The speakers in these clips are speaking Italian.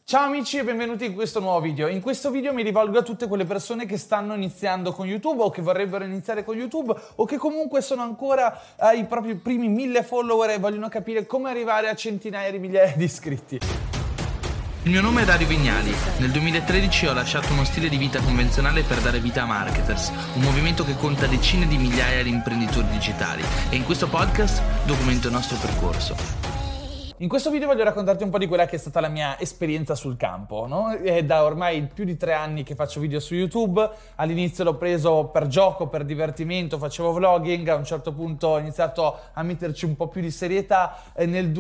Ciao amici e benvenuti in questo nuovo video. In questo video mi rivolgo a tutte quelle persone che stanno iniziando con YouTube o che vorrebbero iniziare con YouTube o che comunque sono ancora ai propri primi 1000 follower e vogliono capire come arrivare a centinaia di migliaia di iscritti. Il mio nome è Dario Vignali. Nel 2013 ho lasciato uno stile di vita convenzionale per dare vita a Marketers, un movimento che conta decine di migliaia di imprenditori digitali, e in questo podcast documento il nostro percorso. In questo video voglio raccontarti un po' di quella che è stata la mia esperienza sul campo, no? È da ormai più di 3 anni che faccio video su YouTube. All'inizio l'ho preso per gioco, per divertimento, facevo vlogging, a un certo punto ho iniziato a metterci un po' più di serietà. Nel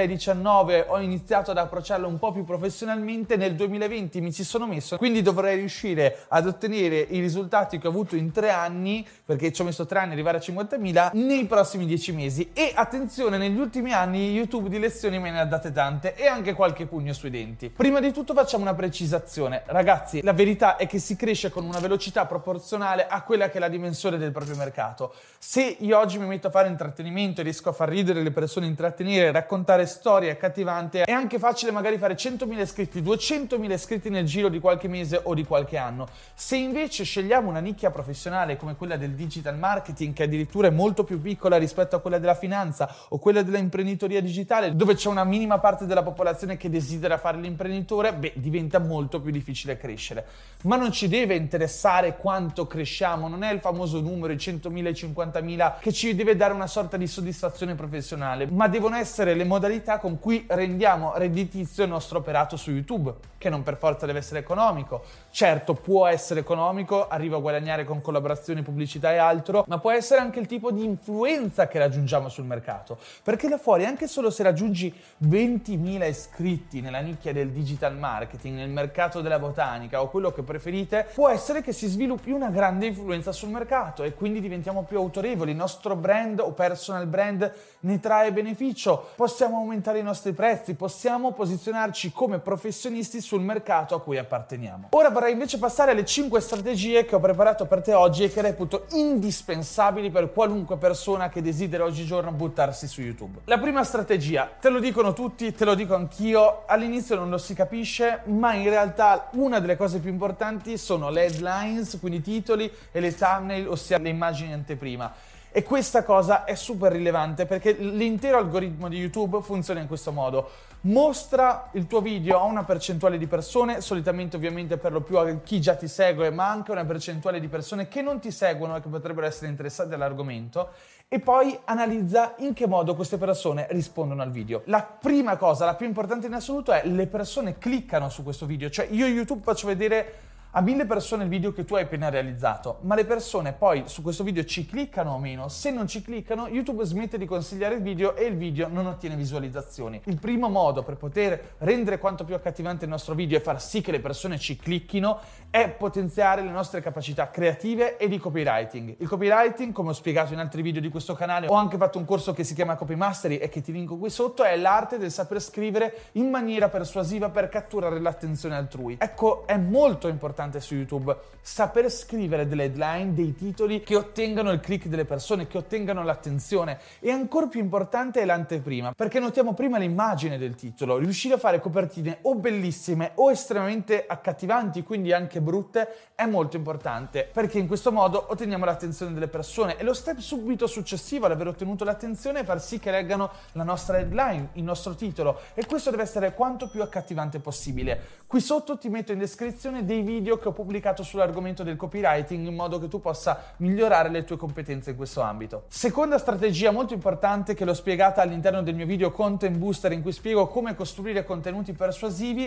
2019 ho iniziato ad approcciarlo un po' più professionalmente, nel 2020 mi ci sono messo, quindi dovrei riuscire ad ottenere i risultati che ho avuto in 3 anni, perché ci ho messo 3 anni ad arrivare a 50.000, nei prossimi 10 mesi. E attenzione, negli ultimi anni YouTube di lezioni me ne ha date tante e anche qualche pugno sui denti. Prima di tutto facciamo una precisazione. Ragazzi, la verità è che si cresce con una velocità proporzionale a quella che è la dimensione del proprio mercato. Se io oggi mi metto a fare intrattenimento e riesco a far ridere le persone, intrattenere, raccontare storie accattivanti, è anche facile magari fare 100.000 iscritti, 200.000 iscritti nel giro di qualche mese o di qualche anno. Se invece scegliamo una nicchia professionale come quella del digital marketing, che addirittura è molto più piccola rispetto a quella della finanza o quella dell'imprenditoria digitale, dove c'è una minima parte della popolazione che desidera fare l'imprenditore, diventa molto più difficile crescere. Ma non ci deve interessare quanto cresciamo, non è il famoso numero, i 100.000, i 50.000, che ci deve dare una sorta di soddisfazione professionale, ma devono essere le modalità con cui rendiamo redditizio il nostro operato su YouTube, che non per forza deve essere economico. Certo, può essere economico, arrivo a guadagnare con collaborazioni, pubblicità e altro, ma può essere anche il tipo di influenza che raggiungiamo sul mercato, perché là fuori, anche solo se raggiungi 20.000 iscritti nella nicchia del digital marketing, nel mercato della botanica o quello che preferite, può essere che si sviluppi una grande influenza sul mercato e quindi diventiamo più autorevoli, il nostro brand o personal brand ne trae beneficio, possiamo aumentare i nostri prezzi, possiamo posizionarci come professionisti sul mercato a cui apparteniamo. Ora vorrei invece passare alle 5 strategie che ho preparato per te oggi e che reputo indispensabili per qualunque persona che desidera oggigiorno buttarsi su YouTube. La prima strategia, te lo dicono tutti, te lo dico anch'io, all'inizio non lo si capisce, ma in realtà una delle cose più importanti sono le headlines, quindi i titoli, e le thumbnail, ossia le immagini anteprima. E questa cosa è super rilevante perché l'intero algoritmo di YouTube funziona in questo modo. Mostra il tuo video a una percentuale di persone, solitamente ovviamente per lo più a chi già ti segue, ma anche una percentuale di persone che non ti seguono e che potrebbero essere interessate all'argomento, e poi analizza in che modo queste persone rispondono al video. La prima cosa, la più importante in assoluto, è le persone cliccano su questo video. Cioè io YouTube faccio vedere a 1000 persone il video che tu hai appena realizzato, ma le persone poi su questo video ci cliccano o meno? Se non ci cliccano, YouTube smette di consigliare il video e il video non ottiene visualizzazioni. Il primo modo per poter rendere quanto più accattivante il nostro video e far sì che le persone ci clicchino è potenziare le nostre capacità creative e di copywriting. Il copywriting, come ho spiegato in altri video di questo canale, ho anche fatto un corso che si chiama Copy Mastery e che ti linko qui sotto, è l'arte del saper scrivere in maniera persuasiva per catturare l'attenzione altrui. Ecco, è molto importante su YouTube saper scrivere delle headline, dei titoli che ottengano il click delle persone, che ottengano l'attenzione, e ancora più importante è l'anteprima, perché notiamo prima l'immagine del titolo. Riuscire a fare copertine o bellissime o estremamente accattivanti, quindi anche brutte, è molto importante, perché in questo modo otteniamo l'attenzione delle persone, e lo step subito successivo ad aver ottenuto l'attenzione è far sì che leggano la nostra headline, il nostro titolo, e questo deve essere quanto più accattivante possibile. Qui sotto ti metto in descrizione dei video che ho pubblicato sull'argomento del copywriting in modo che tu possa migliorare le tue competenze in questo ambito. Seconda strategia molto importante che l'ho spiegata all'interno del mio video Content Booster, in cui spiego come costruire contenuti persuasivi,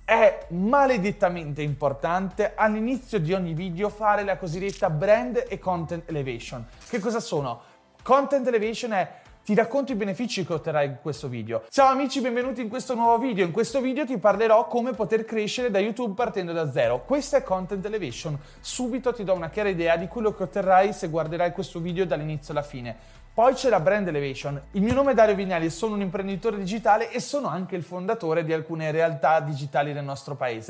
è maledettamente importante all'inizio di ogni video fare la cosiddetta brand e content elevation. Che cosa sono? Content elevation è: ti racconto i benefici che otterrai in questo video. Ciao amici, benvenuti in questo nuovo video. In questo video ti parlerò come poter crescere da YouTube partendo da zero. Questa è Content Elevation. Subito ti do una chiara idea di quello che otterrai se guarderai questo video dall'inizio alla fine. Poi c'è la Brand Elevation. Il mio nome è Dario Vignali, sono un imprenditore digitale e sono anche il fondatore di alcune realtà digitali del nostro paese.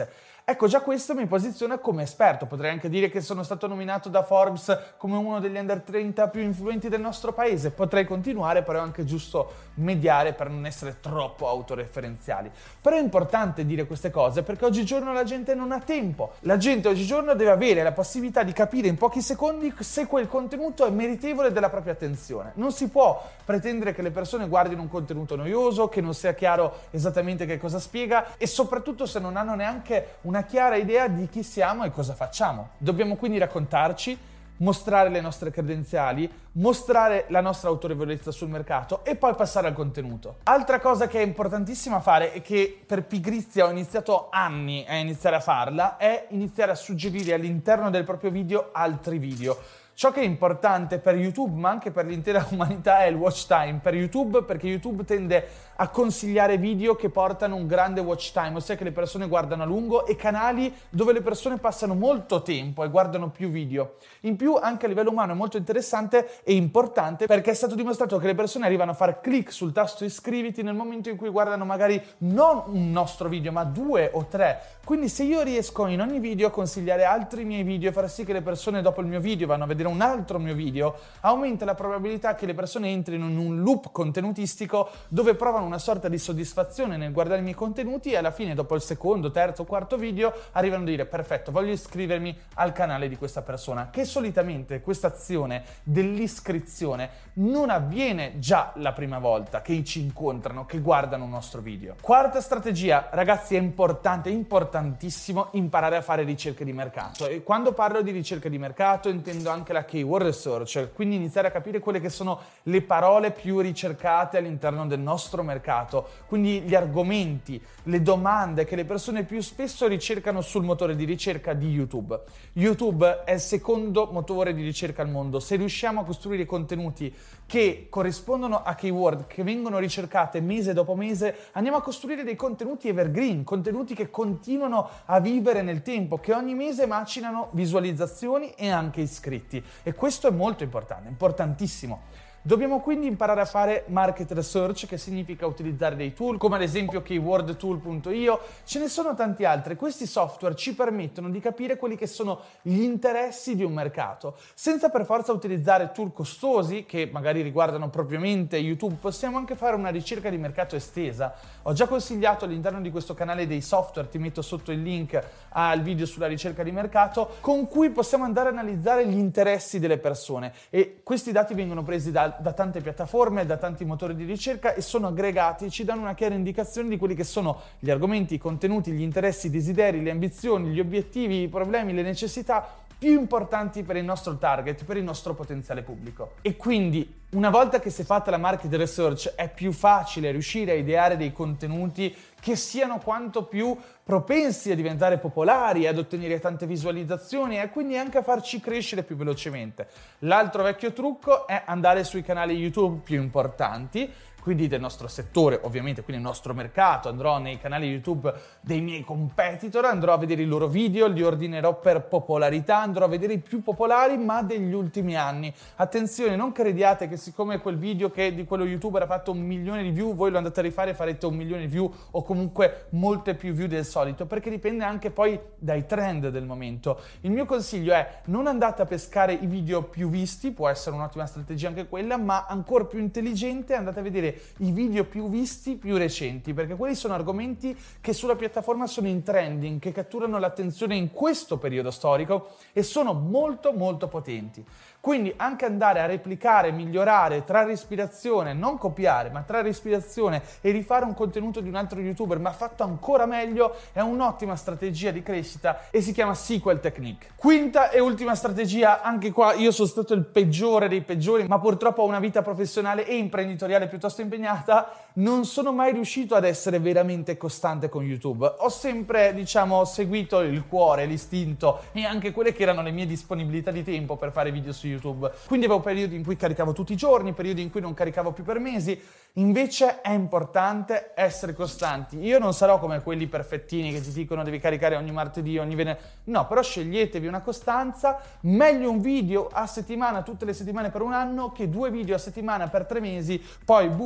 Ecco, già questo mi posiziona come esperto. Potrei anche dire che sono stato nominato da Forbes come uno degli under 30 più influenti del nostro paese. Potrei continuare, però è anche giusto mediare per non essere troppo autoreferenziali. Però è importante dire queste cose perché oggigiorno la gente non ha tempo. La gente oggigiorno deve avere la possibilità di capire in pochi secondi se quel contenuto è meritevole della propria attenzione. Non si può pretendere che le persone guardino un contenuto noioso, che non sia chiaro esattamente che cosa spiega e soprattutto se non hanno neanche una chiara idea di chi siamo e cosa facciamo. Dobbiamo quindi raccontarci, mostrare le nostre credenziali, mostrare la nostra autorevolezza sul mercato e poi passare al contenuto. Altra cosa che è importantissima fare e che per pigrizia ho iniziato anni a iniziare a farla è iniziare a suggerire all'interno del proprio video altri video. Ciò che è importante per YouTube, ma anche per l'intera umanità, è il watch time. Per YouTube, perché YouTube tende a consigliare video che portano un grande watch time, ossia che le persone guardano a lungo, e canali dove le persone passano molto tempo e guardano più video. In più, anche a livello umano è molto interessante e importante perché è stato dimostrato che le persone arrivano a fare click sul tasto iscriviti nel momento in cui guardano magari non un nostro video, ma 2 o 3. Quindi se io riesco in ogni video a consigliare altri miei video e far sì che le persone dopo il mio video vanno a vedere un altro mio video, aumenta la probabilità che le persone entrino in un loop contenutistico dove provano una sorta di soddisfazione nel guardare i miei contenuti e alla fine, dopo il secondo, terzo, quarto video, arrivano a dire: perfetto, voglio iscrivermi al canale di questa persona. Che solitamente questa azione dell'iscrizione non avviene già la prima volta che ci incontrano, che guardano un nostro video. Quarta strategia, ragazzi, è importantissimo imparare a fare ricerche di mercato. E quando parlo di ricerche di mercato intendo anche la keyword research, quindi iniziare a capire quelle che sono le parole più ricercate all'interno del nostro mercato, quindi gli argomenti, le domande che le persone più spesso ricercano sul motore di ricerca di YouTube. YouTube è il secondo motore di ricerca al mondo. Se riusciamo a costruire contenuti che corrispondono a keyword che vengono ricercate mese dopo mese, andiamo a costruire dei contenuti evergreen, contenuti che continuano a vivere nel tempo, che ogni mese macinano visualizzazioni e anche iscritti. E questo è molto importante, importantissimo. Dobbiamo quindi imparare a fare market research, che significa utilizzare dei tool come ad esempio keywordtool.io. Ce ne sono tanti altri. Questi software ci permettono di capire quelli che sono gli interessi di un mercato. Senza per forza utilizzare tool costosi che magari riguardano propriamente YouTube, possiamo anche fare una ricerca di mercato estesa. Ho già consigliato all'interno di questo canale dei software, ti metto sotto il link al video sulla ricerca di mercato, con cui possiamo andare a analizzare gli interessi delle persone, e questi dati vengono presi da tante piattaforme, da tanti motori di ricerca, e sono aggregati e ci danno una chiara indicazione di quelli che sono gli argomenti, i contenuti, gli interessi, i desideri, le ambizioni, gli obiettivi, i problemi, le necessità più importanti per il nostro target, per il nostro potenziale pubblico. E quindi, una volta che si è fatta la market research, è più facile riuscire a ideare dei contenuti che siano quanto più propensi a diventare popolari, ad ottenere tante visualizzazioni e quindi anche a farci crescere più velocemente. L'altro vecchio trucco è andare sui canali YouTube più importanti, quindi del nostro settore, ovviamente, quindi il nostro mercato. Andrò nei canali YouTube dei miei competitor, andrò a vedere i loro video, li ordinerò per popolarità, andrò a vedere i più popolari ma degli ultimi anni. Attenzione, non crediate che siccome quel video che di quello youtuber ha fatto 1 milione di view, voi lo andate a rifare e farete 1 milione di view o comunque molte più view del solito, perché dipende anche poi dai trend del momento. Il mio consiglio è: non andate a pescare i video più visti, può essere un'ottima strategia anche quella, ma ancora più intelligente andate a vedere i video più visti più recenti, perché quelli sono argomenti che sulla piattaforma sono in trending, che catturano l'attenzione in questo periodo storico e sono molto potenti. Quindi anche andare a replicare, migliorare, trarre ispirazione, non copiare, ma trarre ispirazione e rifare un contenuto di un altro youtuber, ma fatto ancora meglio, è un'ottima strategia di crescita e si chiama sequel technique. Quinta e ultima strategia, anche qua io sono stato il peggiore dei peggiori, ma purtroppo ho una vita professionale e imprenditoriale piuttosto impegnata, non sono mai riuscito ad essere veramente costante con YouTube. Ho sempre, seguito il cuore, l'istinto e anche quelle che erano le mie disponibilità di tempo per fare video su YouTube. Quindi avevo periodi in cui caricavo tutti i giorni, periodi in cui non caricavo più per mesi. Invece è importante essere costanti. Io non sarò come quelli perfettini che ti dicono devi caricare ogni martedì, ogni venerdì. No, però sceglietevi una costanza. Meglio un video a settimana tutte le settimane per un anno che 2 video a settimana per 3 mesi, poi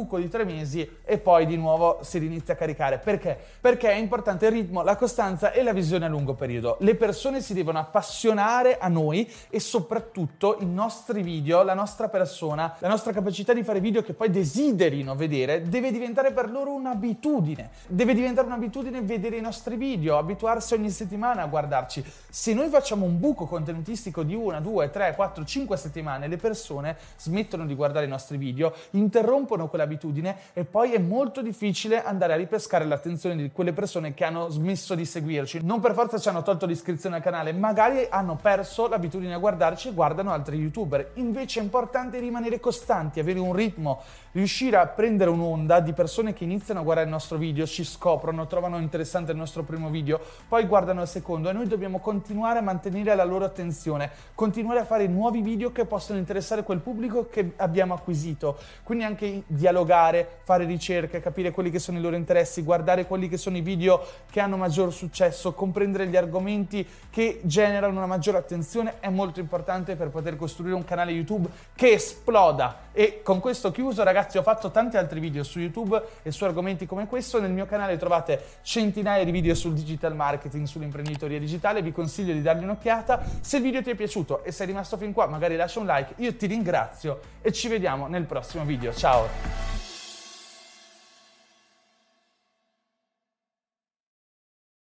buco di 3 mesi e poi di nuovo si inizia a caricare. Perché? Perché è importante il ritmo, la costanza e la visione a lungo periodo. Le persone si devono appassionare a noi e soprattutto i nostri video, la nostra persona, la nostra capacità di fare video che poi desiderino vedere deve diventare per loro un'abitudine. Deve diventare un'abitudine vedere i nostri video, abituarsi ogni settimana a guardarci. Se noi facciamo un buco contenutistico di 1, 2, 3, 4, 5 settimane, le persone smettono di guardare i nostri video, interrompono quell'abitudine e poi è molto difficile andare a ripescare l'attenzione di quelle persone che hanno smesso di seguirci. Non per forza ci hanno tolto l'iscrizione al canale, magari hanno perso l'abitudine a guardarci e guardano altri youtuber. Invece è importante rimanere costanti, avere un ritmo, riuscire a prendere un'onda di persone che iniziano a guardare il nostro video, ci scoprono, trovano interessante il nostro primo video, poi guardano il secondo e noi dobbiamo continuare a mantenere la loro attenzione, continuare a fare nuovi video che possono interessare quel pubblico che abbiamo acquisito. Quindi anche dialogare, fare ricerche, capire quelli che sono i loro interessi, guardare quelli che sono i video che hanno maggior successo, comprendere gli argomenti che generano una maggiore attenzione è molto importante per poter costruire un canale YouTube che esploda. E con questo chiuso, ragazzi, ho fatto tanti altri video su YouTube e su argomenti come questo. Nel mio canale trovate centinaia di video sul digital marketing, sull'imprenditoria digitale, vi consiglio di dargli un'occhiata. Se il video ti è piaciuto e sei rimasto fin qua, magari lascia un like, io ti ringrazio e ci vediamo nel prossimo video. Ciao!